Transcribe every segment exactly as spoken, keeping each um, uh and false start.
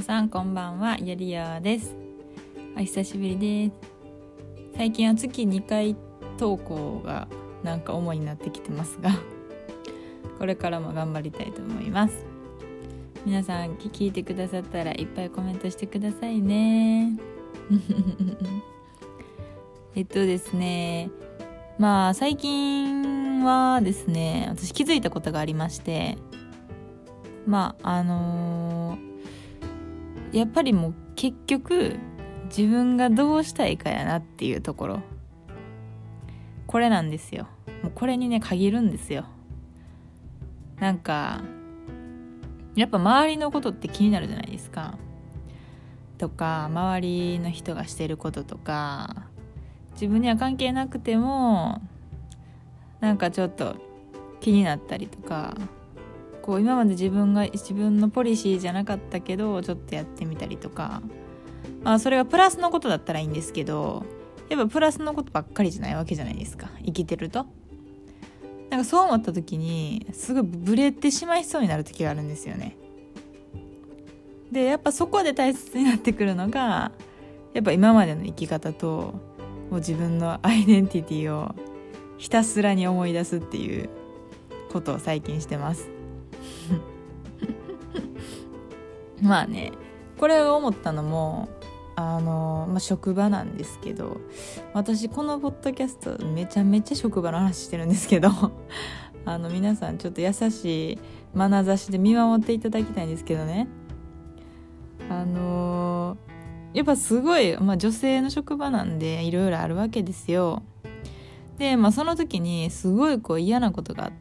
皆さんこんばんは、やりやです。お久しぶりです。最近は月にかい投稿がなんか主になってきてますがこれからも頑張りたいと思います。皆さん聞いてくださったらいっぱいコメントしてくださいねえっとですねまあ最近はですね私気づいたことがありまして、まああのー、やっぱりもう結局自分がどうしたいかやなっていうところ、これなんですよ。もうこれにね限るんですよ。なんかやっぱ周りのことって気になるじゃないですか。とか周りの人がしてることとか自分には関係なくてもなんかちょっと気になったりとか、こう今まで自分が自分のポリシーじゃなかったけどちょっとやってみたりとか、まあそれがプラスのことだったらいいんですけど、やっぱプラスのことばっかりじゃないわけじゃないですか、生きてると。なんかそう思った時にすごいブレてしまいそうになる時があるんですよね。でやっぱそこで大切になってくるのが、やっぱ今までの生き方ともう自分のアイデンティティをひたすらに思い出すっていうことを最近してますまあね、これを思ったのもあの、まあ、職場なんですけど、私このポッドキャストめちゃめちゃ職場の話してるんですけどあの皆さんちょっと優しい眼差しで見守っていただきたいんですけどね、あのやっぱすごい、まあ、女性の職場なんでいろいろあるわけですよ。で、まあ、その時にすごいこう嫌なことがあって、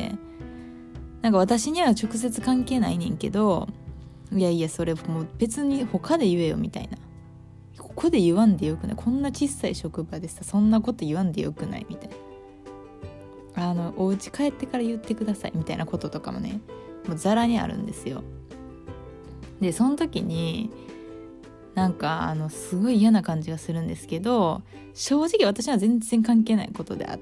なんか私には直接関係ないねんけど、いやいやそれもう別に他で言えよみたいな、ここで言わんでよくない、こんな小さい職場でさそんなこと言わんでよくないみたいな、あのお家帰ってから言ってくださいみたいなこととかもねもうザラにあるんですよ。でその時になんかあのすごい嫌な感じがするんですけど、正直私は全然関係ないことであって、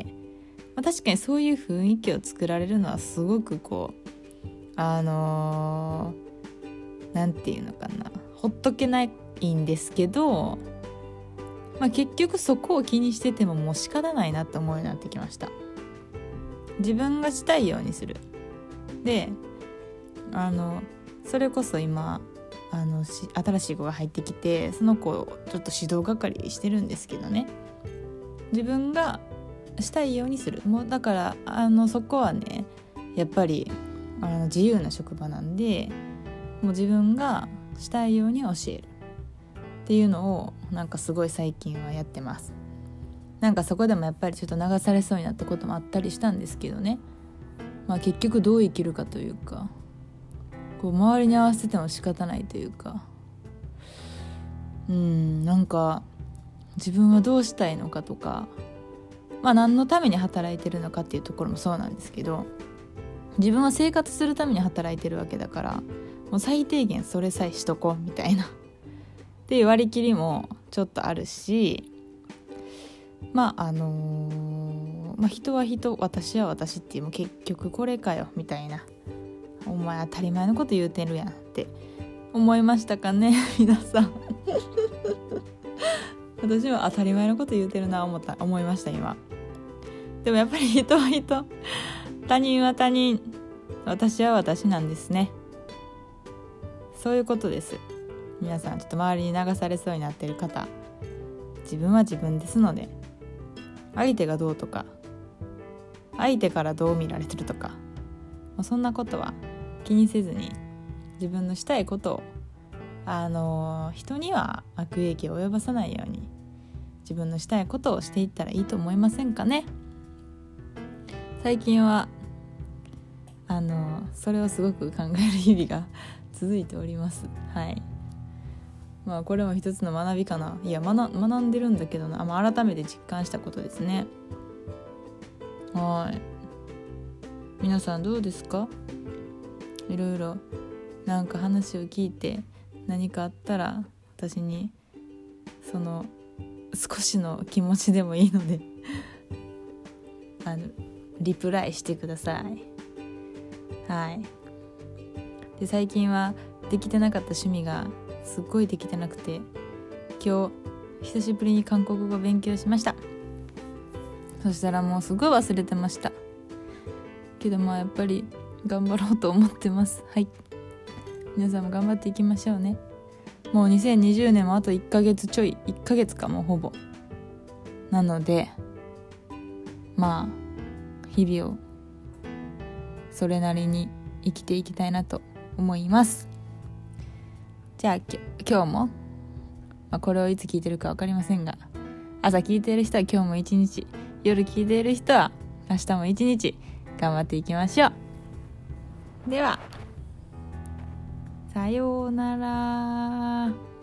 まあ、確かにそういう雰囲気を作られるのはすごくこうあのー、なんていうのかな、ほっとけないんですけど、まあ、結局そこを気にしててももう仕方ないなって思うようになってきました。自分がしたいようにする。であのそれこそ今あのし新しい子が入ってきて、その子をちょっと指導係してるんですけどね、自分がしたいようにする。もうだからあのそこはねやっぱりあの自由な職場なんで、もう自分がしたいように教えるっていうのをなんかすごい最近はやってます。なんかそこでもやっぱりちょっと流されそうになったこともあったりしたんですけどね、まあ結局どう生きるかというか、こう周りに合わせても仕方ないというか、うーんなんか自分はどうしたいのかとか、まあ何のために働いてるのかっていうところもそうなんですけど、自分は生活するために働いてるわけだから、もう最低限それさえしとこうみたいなっていう割り切りもちょっとあるし、まああのー、まあ人は人私は私っていう、もう結局これかよみたいな、お前当たり前のこと言うてるやんって思いましたかね皆さん私は当たり前のこと言うてるな思った思いました今。でもやっぱり人は人、他人は他人、私は私なんですね。そういうことです。皆さんちょっと周りに流されそうになっている方、自分は自分ですので、相手がどうとか相手からどう見られてるとか、そんなことは気にせずに自分のしたいことをあの人には悪影響を及ぼさないように自分のしたいことをしていったらいいと思いませんかね。最近はあのそれをすごく考える日々が続いております。はい。まあこれも一つの学びかな。いや 学, 学んでるんだけどな、まあ、改めて実感したことですね。はい。皆さんどうですか？いろいろなんか話を聞いて何かあったら私にその少しの気持ちでもいいのであのリプライしてください。はい。で最近はできてなかった趣味がすっごいできてなくて、今日久しぶりに韓国語勉強しました。そしたらもうすごい忘れてましたけど、まあやっぱり頑張ろうと思ってます。はい、皆さんも頑張っていきましょうね。もうにせんにじゅうねんもあといっかげつちょい、いっかげつかもうほぼなので、まあ日々をそれなりに生きていきたいなと思います。じゃあき今日も、まあ、これをいつ聞いてるか分かりませんが、朝聞いている人は今日も一日、夜聞いている人は明日も一日頑張っていきましょう。ではさようなら。